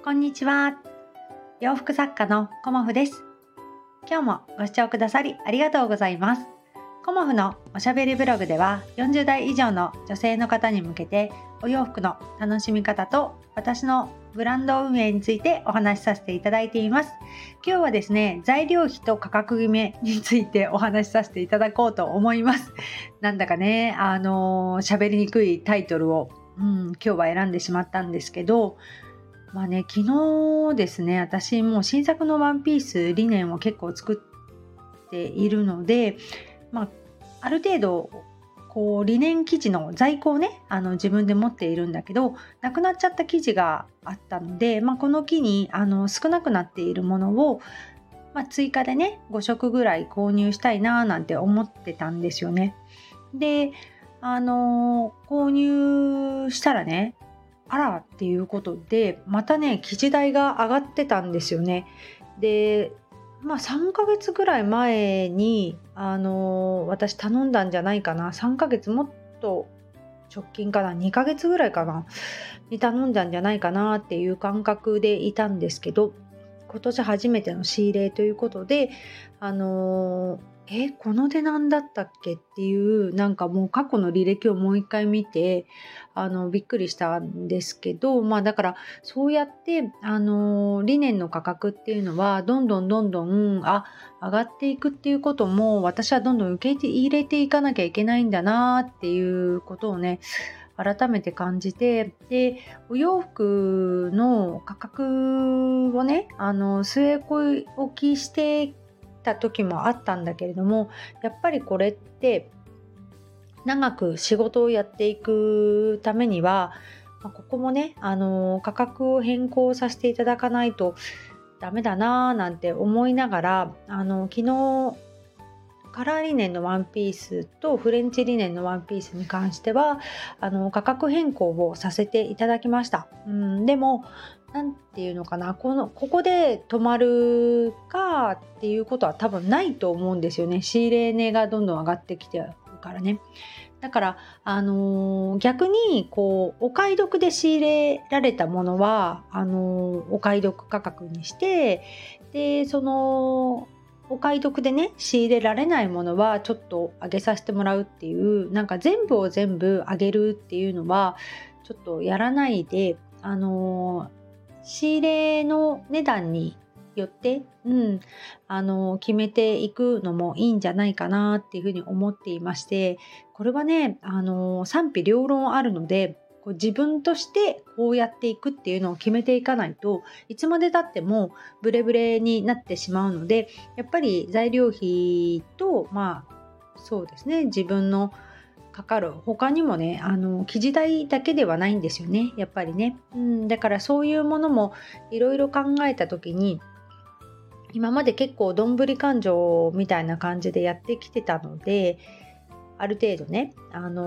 こんにちは。洋服作家のコモフです。今日もご視聴くださりありがとうございます。コモフのおしゃべりブログでは40代以上の女性の方に向けてお洋服の楽しみ方と私のブランド運営についてお話しさせていただいています。今日はですね、材料費と価格決めについてお話しさせていただこうと思います。なんだかね、喋りにくいタイトルを、今日は選んでしまったんですけど、昨日ですね、私もう新作のワンピースリネンを結構作っているので、ある程度リネン生地の在庫をね、自分で持っているんだけど、なくなっちゃった生地があったので、この機に少なくなっているものを、追加でね5色ぐらい購入したいななんて思ってたんですよね。で、購入したらね、あらっていうことでまたね生地代が上がってたんですよね。で、3ヶ月ぐらい前に私頼んだんじゃないかな。3ヶ月もっと直近かな、2ヶ月ぐらいかなに頼んだんじゃないかなっていう感覚でいたんですけど、今年初めての仕入れということで、この値段だったっけっていう、もう過去の履歴をもう一回見てびっくりしたんですけど、だからそうやってリネンの価格っていうのはどんどん上がっていくっていうことも、私はどんどん受け入れていかなきゃいけないんだなっていうことをね改めて感じて、でお洋服の価格をね据え置きしてた時もあったんだけれども、やっぱりこれって長く仕事をやっていくためには、ここもね価格を変更させていただかないとダメだななんて思いながら、昨日カラーリネンのワンピースとフレンチリネンのワンピースに関しては価格変更をさせていただきました。でもなんていうのかな、ここで止まるかっていうことは多分ないと思うんですよね。仕入れ値がどんどん上がってきてるからね。だから、逆にお買い得で仕入れられたものはお買い得価格にして、でそのお買い得でね仕入れられないものはちょっと上げさせてもらうっていう、全部を全部上げるっていうのはちょっとやらないで、仕入れの値段によって、決めていくのもいいんじゃないかなっていうふうに思っていまして、これはね賛否両論あるので、自分としてこうやっていくっていうのを決めていかないといつまでたってもブレブレになってしまうので、やっぱり材料費とそうですね、自分のかかる他にもね生地代だけではないんですよね、やっぱりね。だからそういうものもいろいろ考えた時に、今まで結構どんぶり勘定みたいな感じでやってきてたので、ある程度ね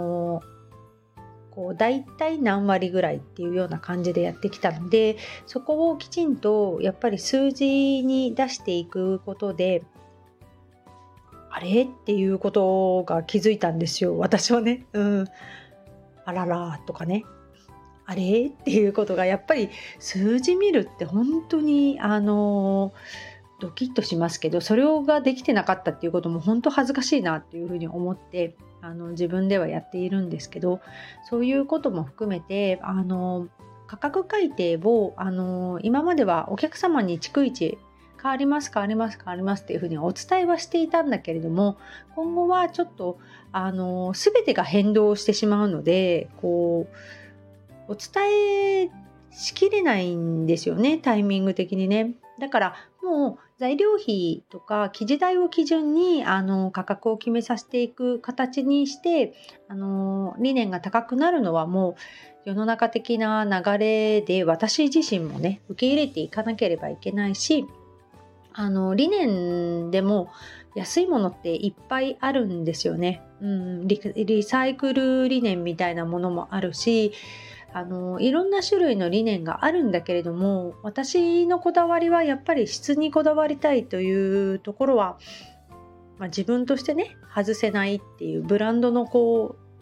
だいたい何割ぐらいっていうような感じでやってきたので、そこをきちんとやっぱり数字に出していくことで、あれっていうことが気づいたんですよ、私はね。あららとかね、あれっていうことが、やっぱり数字見るって本当にドキッとしますけど、それができてなかったっていうことも本当恥ずかしいなっていうふうに思って自分ではやっているんですけど、そういうことも含めて価格改定を今まではお客様に逐一変わります変わります変わりますっていうふうにお伝えはしていたんだけれども、今後はちょっと全てが変動してしまうので、お伝えしきれないんですよね、タイミング的にね。だからもう材料費とか生地代を基準に価格を決めさせていく形にして、理念が高くなるのはもう世の中的な流れで、私自身もね受け入れていかなければいけないし、理念でも安いものっていっぱいあるんですよね。リサイクル理念みたいなものもあるし、いろんな種類の理念があるんだけれども、私のこだわりはやっぱり質にこだわりたいというところは、自分としてね外せないっていうブランドのを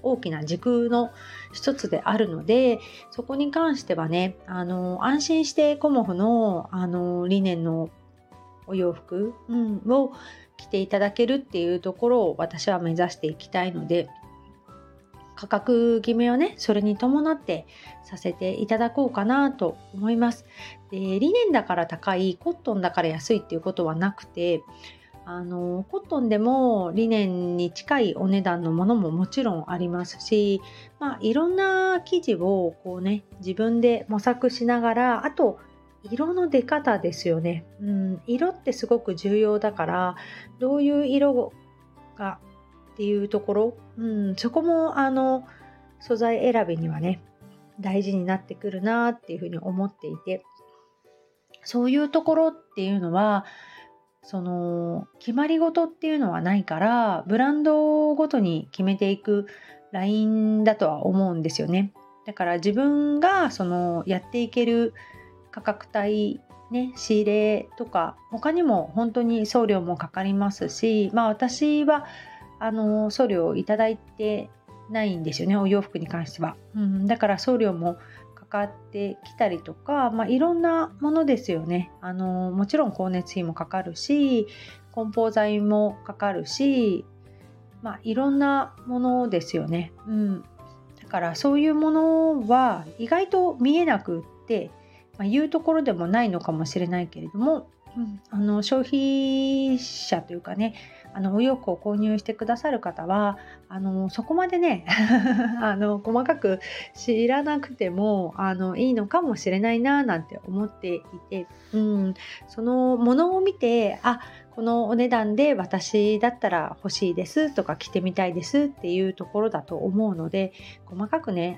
大きな軸の一つであるので、そこに関してはね、安心してコモフの、リネンのお洋服、を着ていただけるっていうところを私は目指していきたいので、価格決めをね、それに伴ってさせていただこうかなと思います。で、リネンだから高い、コットンだから安いっていうことはなくて、コットンでもリネンに近いお値段のものももちろんありますし、いろんな生地をこうね、自分で模索しながら、あと色の出方ですよね。色ってすごく重要だから、どういう色がっていうところ、そこも素材選びにはね、大事になってくるなっていうふうに思っていて、そういうところっていうのは、その決まり事っていうのはないから、ブランドごとに決めていくラインだとは思うんですよね。だから自分がそのやっていける価格帯ね、仕入れとか、他にも本当に送料もかかりますし、私は送料いただいてないんですよね、お洋服に関しては。だから送料もかかってきたりとか、いろんなものですよね。もちろん光熱費もかかるし、梱包材もかかるし、いろんなものですよね。だからそういうものは意外と見えなくって、言うところでもないのかもしれないけれども、消費者というかね、お洋服を購入してくださる方はそこまでね細かく知らなくてもいいのかもしれないななんて思っていて、そのものを見て、このお値段で私だったら欲しいですとか着てみたいですっていうところだと思うので、細かくね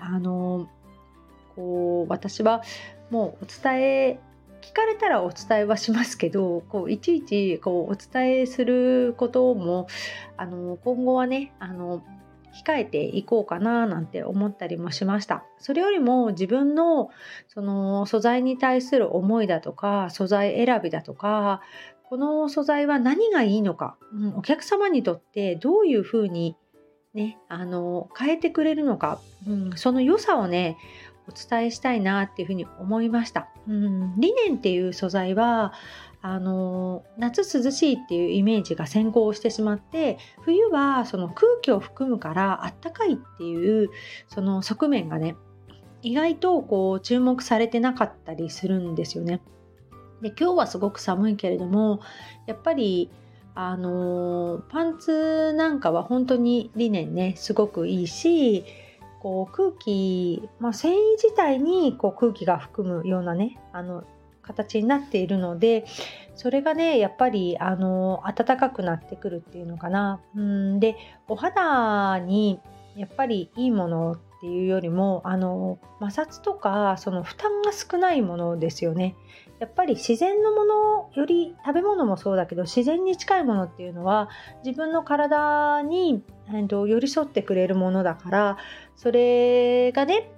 私はもうお伝え聞かれたらお伝えはしますけど、いちいちお伝えすることも今後はね控えていこうかななんて思ったりもしました。それよりも自分のその素材に対する思いだとか、素材選びだとか、この素材は何がいいのか、お客様にとってどういうふうにね変えてくれるのか、その良さをねお伝えしたいなっていうふうに思いました。リネンっていう素材は夏涼しいっていうイメージが先行してしまって、冬はその空気を含むからあったかいっていうその側面がね意外と注目されてなかったりするんですよね。で、今日はすごく寒いけれども、やっぱりパンツなんかは本当にリネンねすごくいいし、空気、繊維自体に空気が含むようなね形になっているので、それがねやっぱり暖かくなってくるっていうのかな。で、お肌にやっぱりいいものっていうよりも摩擦とかその負担が少ないものですよね。やっぱり自然のものより、食べ物もそうだけど自然に近いものっていうのは自分の体に寄り添ってくれるものだから、それがね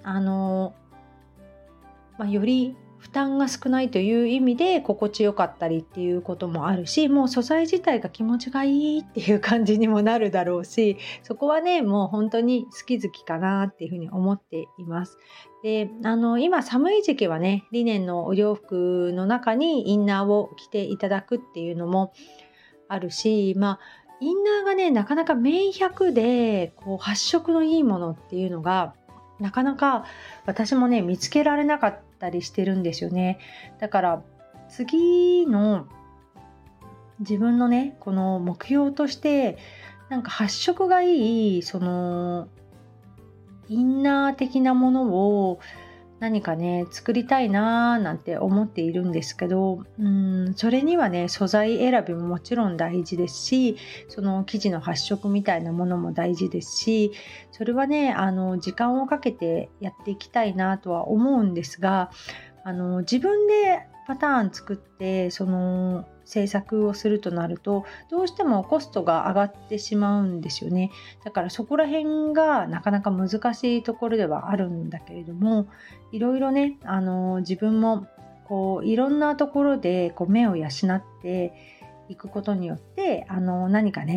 より負担が少ないという意味で心地よかったりっていうこともあるし、もう素材自体が気持ちがいいっていう感じにもなるだろうし、そこはねもう本当に好き好きかなっていうふうに思っています。で、今寒い時期はねリネンのお洋服の中にインナーを着ていただくっていうのもあるし、インナーがねなかなか綿100で発色のいいものっていうのがなかなか私もね見つけられなかったりしてるんですよね。だから次の自分のねこの目標として、発色がいいそのインナー的なものを何かね作りたいなーなんて思っているんですけど、それにはね素材選びももちろん大事ですし、その生地の発色みたいなものも大事ですし、それはね時間をかけてやっていきたいなとは思うんですが、自分でパターン作ってその制作をするとなるとどうしてもコストが上がってしまうんですよね。だからそこら辺がなかなか難しいところではあるんだけれども、いろいろね自分もいろんなところで目を養っていくことによって何かね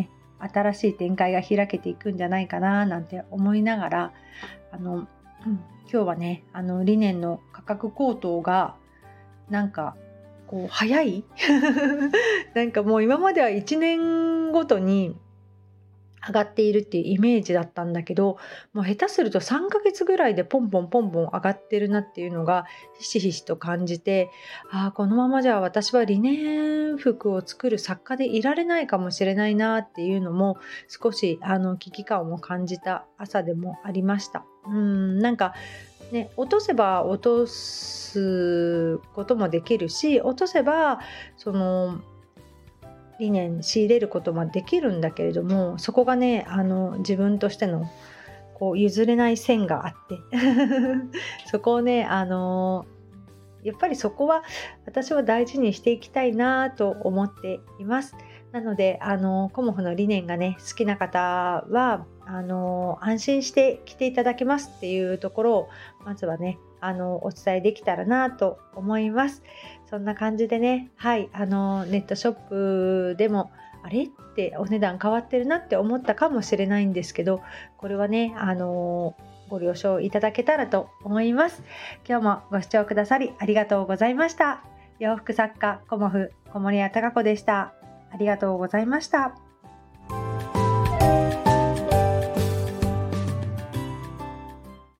新しい展開が開けていくんじゃないかななんて思いながら、今日はね、リネンの価格高騰がなんかこう早いなんかもう今までは1年ごとに上がっているっていうイメージだったんだけど、もう下手すると3ヶ月ぐらいでポンポンポンポン上がってるなっていうのがひしひしと感じて、このままじゃ私はリネン服を作る作家でいられないかもしれないなっていうのも少し危機感を感じた朝でもありました。なんかね、落とせば落とすこともできるし、落とせばその理念仕入れることもできるんだけれども、そこがね自分としてのこう譲れない線があってそこをねやっぱりそこは私は大事にしていきたいなと思っています。なのでコモフの理念がね好きな方は安心して着ていただけますっていうところをまずはねお伝えできたらなと思います。そんな感じでね、はい、ネットショップでもあれってお値段変わってるなって思ったかもしれないんですけど、これはねご了承いただけたらと思います。今日もご視聴くださりありがとうございました。洋服作家コモフ小森屋貴子でした。ありがとうございました。